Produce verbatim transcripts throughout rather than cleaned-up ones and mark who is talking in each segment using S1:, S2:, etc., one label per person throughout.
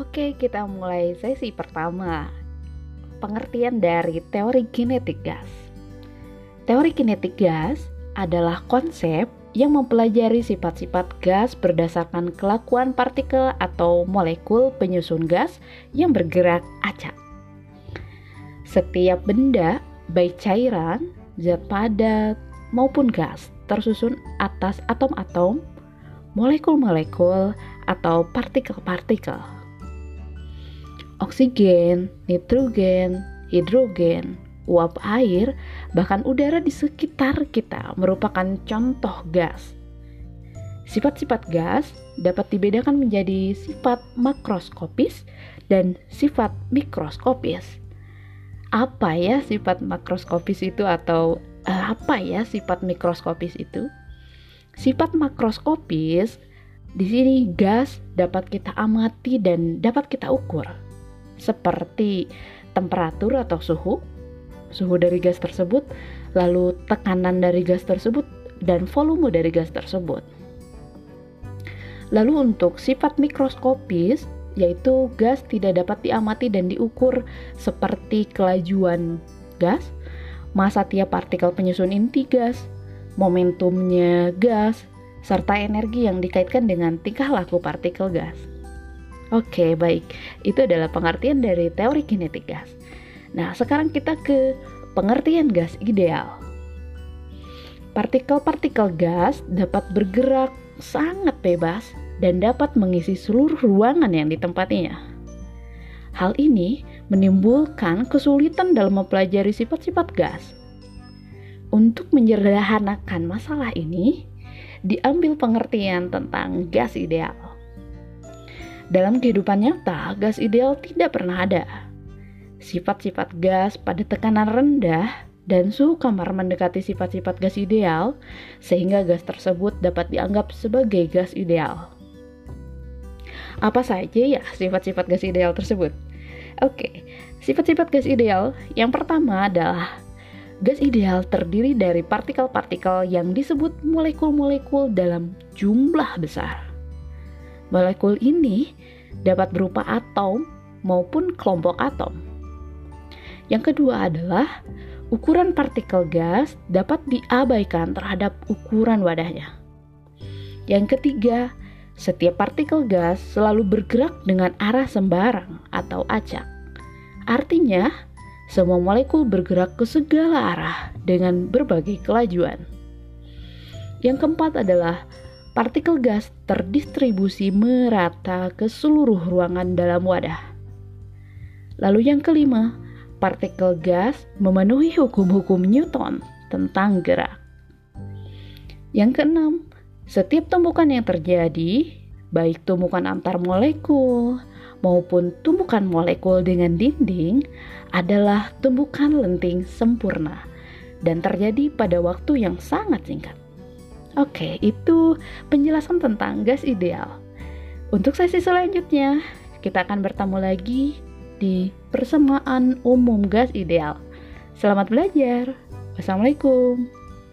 S1: Oke, kita mulai sesi pertama. Pengertian dari teori kinetik gas. Teori kinetik gas adalah konsep yang mempelajari sifat-sifat gas berdasarkan kelakuan partikel atau molekul penyusun gas yang bergerak acak. Setiap benda, baik cairan, zat padat, maupun gas, tersusun atas atom-atom, molekul-molekul, atau partikel-partikel. Oksigen, nitrogen, hidrogen, uap air, bahkan udara di sekitar kita merupakan contoh gas. Sifat-sifat gas dapat dibedakan menjadi sifat makroskopis dan sifat mikroskopis. Apa ya sifat makroskopis itu atau uh, apa ya sifat mikroskopis itu? Sifat makroskopis di sini gas dapat kita amati dan dapat kita ukur, seperti temperatur atau suhu, suhu dari gas tersebut, lalu tekanan dari gas tersebut, dan volume dari gas tersebut. Lalu untuk sifat mikroskopis, yaitu gas tidak dapat diamati dan diukur, seperti kelajuan gas, massa tiap partikel penyusun inti gas, momentumnya gas, serta energi yang dikaitkan dengan tingkah laku partikel gas. Oke, baik. Itu adalah pengertian dari teori kinetik gas. Nah, sekarang kita ke pengertian gas ideal. Partikel-partikel gas dapat bergerak sangat bebas dan dapat mengisi seluruh ruangan yang ditempatinya. Hal ini menimbulkan kesulitan dalam mempelajari sifat-sifat gas. Untuk menyederhanakan masalah ini, diambil pengertian tentang gas ideal. Dalam kehidupan nyata, gas ideal tidak pernah ada. Sifat-sifat gas pada tekanan rendah dan suhu kamar mendekati sifat-sifat gas ideal, sehingga gas tersebut dapat dianggap sebagai gas ideal. Apa saja ya sifat-sifat gas ideal tersebut? Oke, sifat-sifat gas ideal yang pertama adalah gas ideal terdiri dari partikel-partikel yang disebut molekul-molekul dalam jumlah besar. Molekul ini dapat berupa atom maupun kelompok atom. Yang kedua adalah ukuran partikel gas dapat diabaikan terhadap ukuran wadahnya. Yang ketiga, setiap partikel gas selalu bergerak dengan arah sembarang atau acak. Artinya, semua molekul bergerak ke segala arah dengan berbagai kelajuan. Yang keempat adalah partikel gas terdistribusi merata ke seluruh ruangan dalam wadah. Lalu yang kelima, partikel gas memenuhi hukum-hukum Newton tentang gerak. Yang keenam, setiap tumbukan yang terjadi, baik tumbukan antar molekul maupun tumbukan molekul dengan dinding, adalah tumbukan lenting sempurna dan terjadi pada waktu yang sangat singkat. Oke, itu penjelasan tentang gas ideal. Untuk sesi selanjutnya, kita akan bertemu lagi di persamaan umum gas ideal. Selamat belajar. Wassalamualaikum.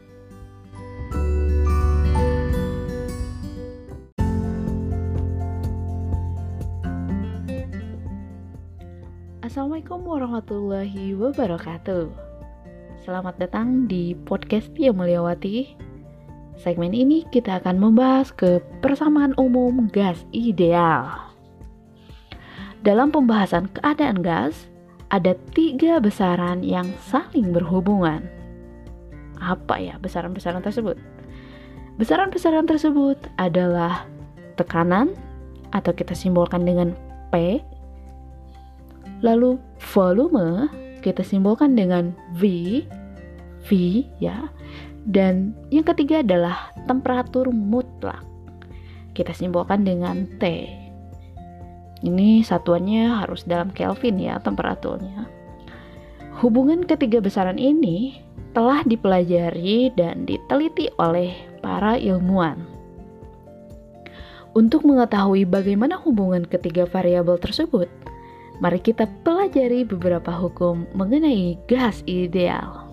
S1: Assalamualaikum warahmatullahi wabarakatuh. Selamat datang di podcast Tia Mulyawati. Segmen ini kita akan membahas ke persamaan umum gas ideal. Dalam pembahasan keadaan gas, ada tiga besaran yang saling berhubungan. Apa ya besaran-besaran tersebut? Besaran-besaran tersebut adalah tekanan, atau kita simbolkan dengan P. Lalu volume, kita simbolkan dengan V. V ya. Dan yang ketiga adalah temperatur mutlak. Kita simbolkan dengan T. Ini satuannya harus dalam Kelvin ya temperaturnya. Hubungan ketiga besaran ini telah dipelajari dan diteliti oleh para ilmuwan. Untuk mengetahui bagaimana hubungan ketiga variabel tersebut, mari kita pelajari beberapa hukum mengenai gas ideal.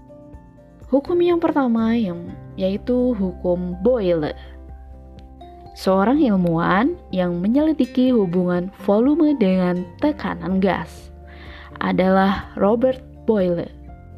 S1: Hukum yang pertama yang yaitu hukum Boyle. seorang ilmuwan yang menyelidiki hubungan volume dengan tekanan gas adalah Robert Boyle.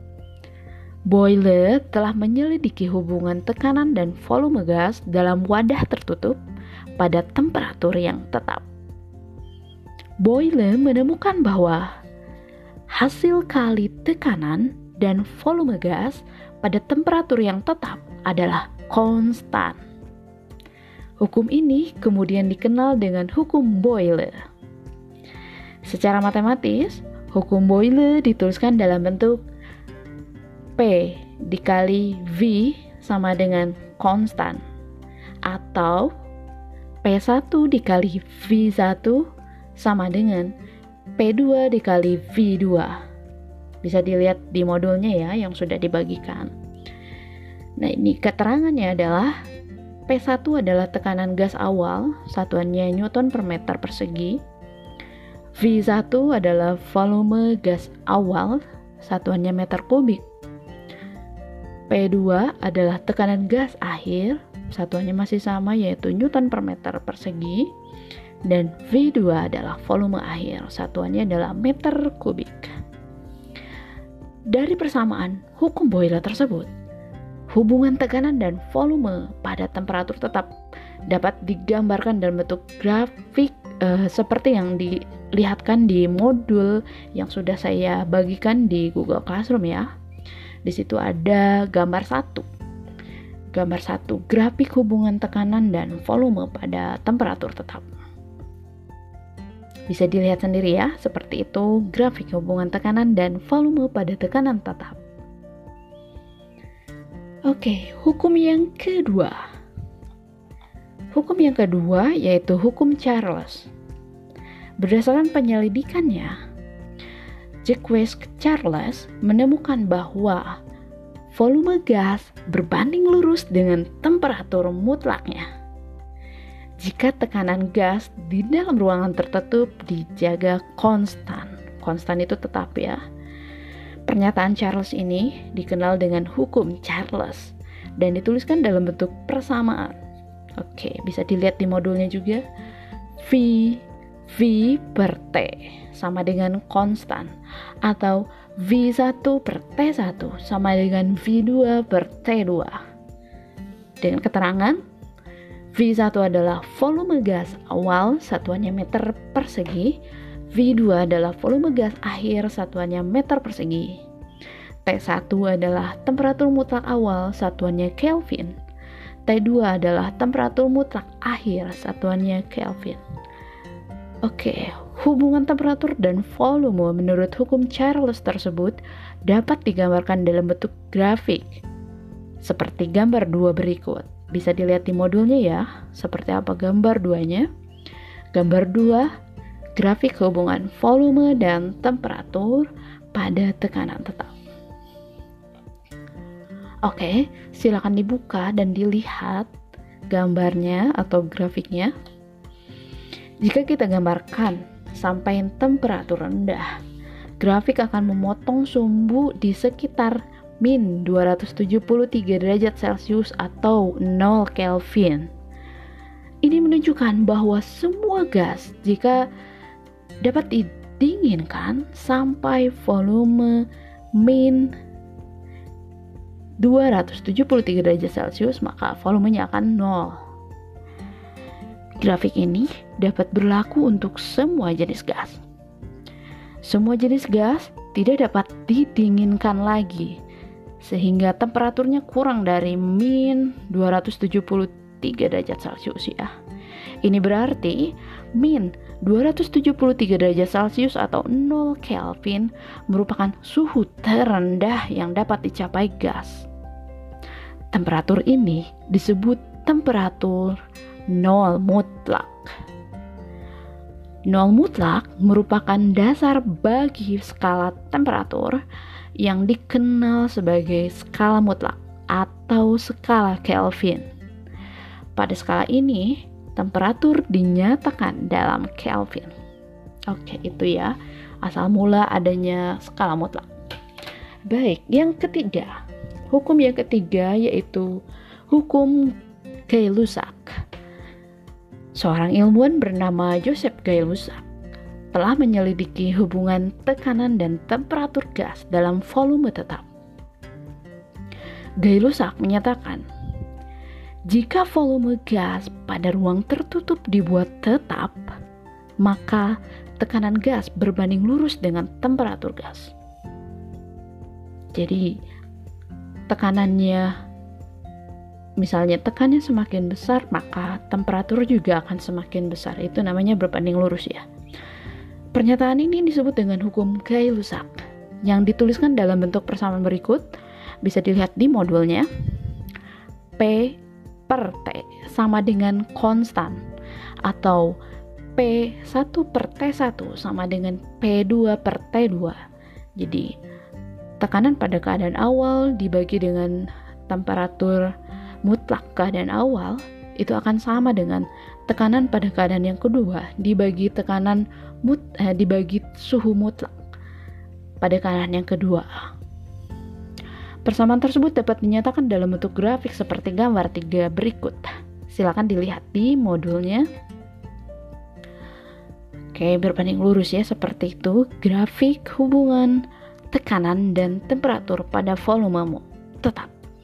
S1: Boyle telah menyelidiki hubungan tekanan dan volume gas dalam wadah tertutup pada temperatur yang tetap. Boyle menemukan bahwa hasil kali tekanan dan volume gas pada temperatur yang tetap adalah konstan. Hukum ini kemudian dikenal dengan hukum Boyle. Secara matematis, hukum Boyle dituliskan dalam bentuk P dikali V sama dengan konstan, atau P satu dikali V satu sama dengan P dua dikali V dua. Bisa dilihat di modulnya ya yang sudah dibagikan. Nah, ini keterangannya adalah P satu adalah tekanan gas awal, satuannya Newton per meter persegi. V satu adalah volume gas awal, satuannya meter kubik. P dua adalah tekanan gas akhir, satuannya masih sama yaitu Newton per meter persegi. Dan V dua adalah volume akhir, satuannya adalah meter kubik. Dari persamaan hukum Boyle tersebut, hubungan tekanan dan volume pada temperatur tetap dapat digambarkan dalam bentuk grafik eh, seperti yang dilihatkan di modul yang sudah saya bagikan di Google Classroom ya. Di situ ada gambar satu. Gambar satu, grafik hubungan tekanan dan volume pada temperatur tetap. Bisa dilihat sendiri ya, seperti itu grafik hubungan tekanan dan volume pada tekanan tetap. Oke, hukum yang kedua. Hukum yang kedua yaitu hukum Charles. Berdasarkan penyelidikannya, Jacques Charles menemukan bahwa volume gas berbanding lurus dengan temperatur mutlaknya jika tekanan gas di dalam ruangan tertutup dijaga konstan. Konstan itu tetap ya. Pernyataan Charles ini dikenal dengan hukum Charles dan dituliskan dalam bentuk persamaan. Oke, bisa dilihat di modulnya juga. V V per T sama dengan konstan, atau V satu per T satu sama dengan V dua per T dua. Dengan keterangan V satu adalah volume gas awal, satuannya meter persegi. V dua adalah volume gas akhir, satuannya meter persegi. T satu adalah temperatur mutlak awal, satuannya Kelvin. T dua adalah temperatur mutlak akhir, satuannya Kelvin. Oke, hubungan temperatur dan volume menurut hukum Charles tersebut dapat digambarkan dalam bentuk grafik seperti gambar dua berikut. Bisa dilihat di modulnya ya, seperti apa gambar duanya. Gambar dua, grafik hubungan volume dan temperatur pada tekanan tetap. Oke, silakan dibuka dan dilihat gambarnya atau grafiknya. Jika kita gambarkan sampai temperatur rendah, grafik akan memotong sumbu di sekitar min dua ratus tujuh puluh tiga derajat Celcius atau nol Kelvin. Ini menunjukkan bahwa semua gas jika dapat didinginkan sampai volume min dua ratus tujuh puluh tiga derajat Celcius, maka volumenya akan nol. Grafik ini dapat berlaku untuk semua jenis gas. Semua jenis gas tidak dapat didinginkan lagi, sehingga temperaturnya kurang dari min dua ratus tujuh puluh tiga derajat Celcius ya. Ini berarti min dua ratus tujuh puluh tiga derajat Celcius atau nol Kelvin merupakan suhu terendah yang dapat dicapai gas. Temperatur ini disebut temperatur nol mutlak. Nol mutlak merupakan dasar bagi skala temperatur yang dikenal sebagai skala mutlak atau skala Kelvin. Pada skala ini, temperatur dinyatakan dalam Kelvin. Oke, itu ya, asal mula adanya skala mutlak. Baik, yang ketiga. Hukum yang ketiga yaitu hukum Gay-Lussac. Seorang ilmuwan bernama Joseph Gay-Lussac telah menyelidiki hubungan tekanan dan temperatur gas dalam volume tetap. Gay-Lussac menyatakan, jika volume gas pada ruang tertutup dibuat tetap, maka tekanan gas berbanding lurus dengan temperatur gas. Jadi, tekanannya misalnya tekanannya semakin besar, maka temperatur juga akan semakin besar. Itu namanya berbanding lurus ya. Pernyataan ini disebut dengan hukum Gay-Lussac yang dituliskan dalam bentuk persamaan berikut. Bisa dilihat di modulnya. P per T sama dengan konstan, atau P satu per T satu sama dengan P dua per T dua. Jadi, tekanan pada keadaan awal dibagi dengan temperatur mutlak keadaan awal itu akan sama dengan tekanan pada keadaan yang kedua dibagi tekanan mut eh, dibagi suhu mutlak pada keadaan yang kedua. Persamaan tersebut dapat dinyatakan dalam bentuk grafik seperti gambar tiga berikut. Silakan dilihat di modulnya. Oke, berbanding lurus ya, seperti itu grafik hubungan tekanan dan temperatur pada volumemu tetap.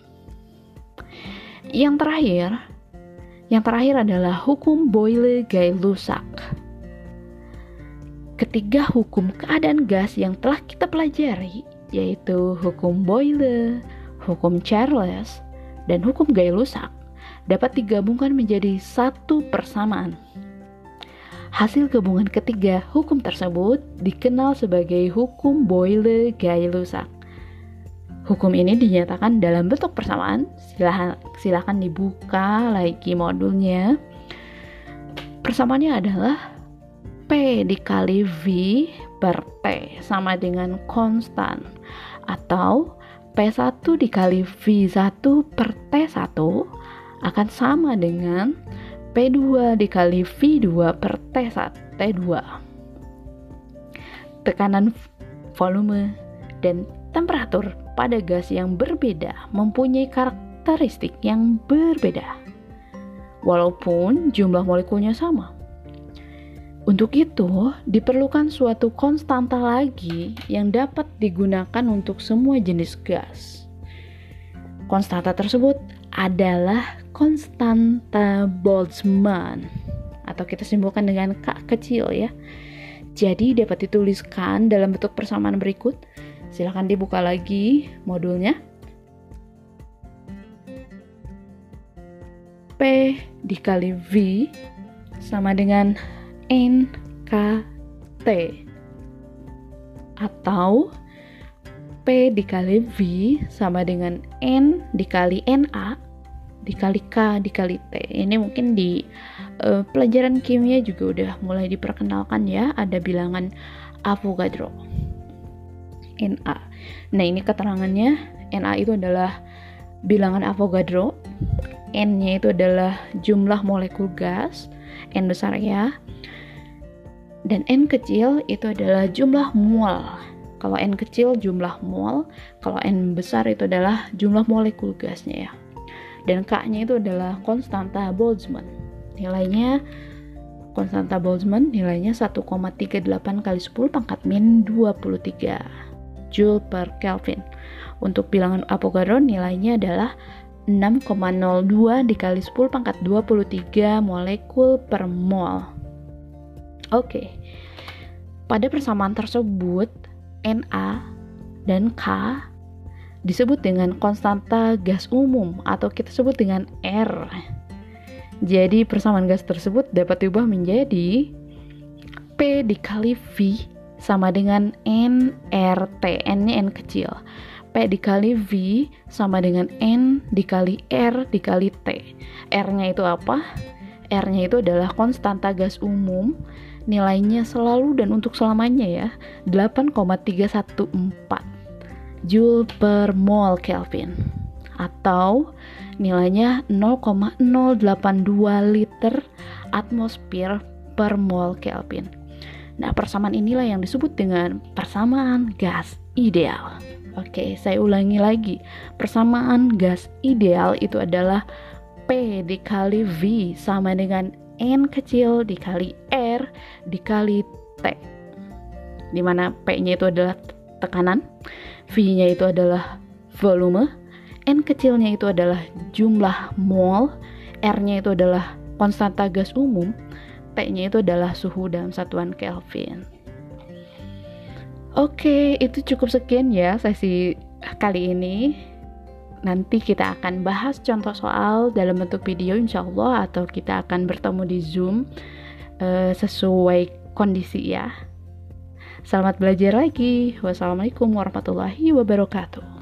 S1: Yang terakhir, yang terakhir adalah hukum Boyle-Gay-Lussac. Ketiga hukum keadaan gas yang telah kita pelajari, yaitu hukum Boyle, hukum Charles, dan hukum Gay-Lussac, dapat digabungkan menjadi satu persamaan. Hasil gabungan ketiga hukum tersebut dikenal sebagai hukum Boyle-Gay-Lussac. Hukum ini dinyatakan dalam bentuk persamaan. Silahkan, silahkan dibuka lagi modulnya. Persamaannya adalah P dikali V per T sama dengan konstan, atau P satu dikali V satu per T satu akan sama dengan P dua dikali V dua per T satu, T dua. Tekanan, volume, dan temperatur pada gas yang berbeda mempunyai karakteristik yang berbeda, walaupun jumlah molekulnya sama. Untuk itu, diperlukan suatu konstanta lagi yang dapat digunakan untuk semua jenis gas. Konstanta tersebut adalah konstanta Boltzmann, atau kita simbolkan dengan K kecil ya. Jadi dapat dituliskan dalam bentuk persamaan berikut. Silahkan dibuka lagi modulnya. P dikali V sama dengan N K T, atau P dikali V sama dengan N dikali Na dikali K dikali T. Ini mungkin di uh, pelajaran kimia juga udah mulai diperkenalkan ya, ada bilangan Avogadro. Na. Nah, ini keterangannya. Na itu adalah bilangan Avogadro. N-nya itu adalah jumlah molekul gas, N besar ya. Dan N kecil itu adalah jumlah mol. Kalau N kecil jumlah mol, kalau N besar itu adalah jumlah molekul gasnya ya. Dan K-nya itu adalah konstanta Boltzmann. Nilainya konstanta Boltzmann nilainya satu koma tiga delapan kali sepuluh pangkat min dua puluh tiga Joule per Kelvin. Untuk bilangan Avogadro nilainya adalah enam koma nol dua dikali sepuluh pangkat dua puluh tiga molekul per mol. Oke. Pada persamaan tersebut, Na dan K disebut dengan konstanta gas umum atau kita sebut dengan R. Jadi persamaan gas tersebut dapat diubah menjadi P dikali V sama dengan N R T, N-nya N kecil. P dikali V sama dengan N dikali R dikali T. R-nya itu apa? R-nya itu adalah konstanta gas umum, nilainya selalu dan untuk selamanya ya, delapan koma tiga satu empat Joule per mol Kelvin, atau nilainya nol koma nol delapan dua liter atmosfer per mol Kelvin. Nah, persamaan inilah yang disebut dengan persamaan gas ideal. Oke, saya ulangi lagi. Persamaan gas ideal itu adalah P dikali V sama dengan N kecil dikali R dikali T, dimana P-nya itu adalah tekanan, V-nya itu adalah volume, N kecilnya itu adalah jumlah mol, R-nya itu adalah konstanta gas umum, T-nya itu adalah suhu dalam satuan Kelvin. Oke, itu cukup sekian ya sesi kali ini. Nanti kita akan bahas contoh soal dalam bentuk video insya Allah, atau kita akan bertemu di Zoom uh, sesuai kondisi ya. Selamat belajar lagi. Wassalamualaikum warahmatullahi wabarakatuh.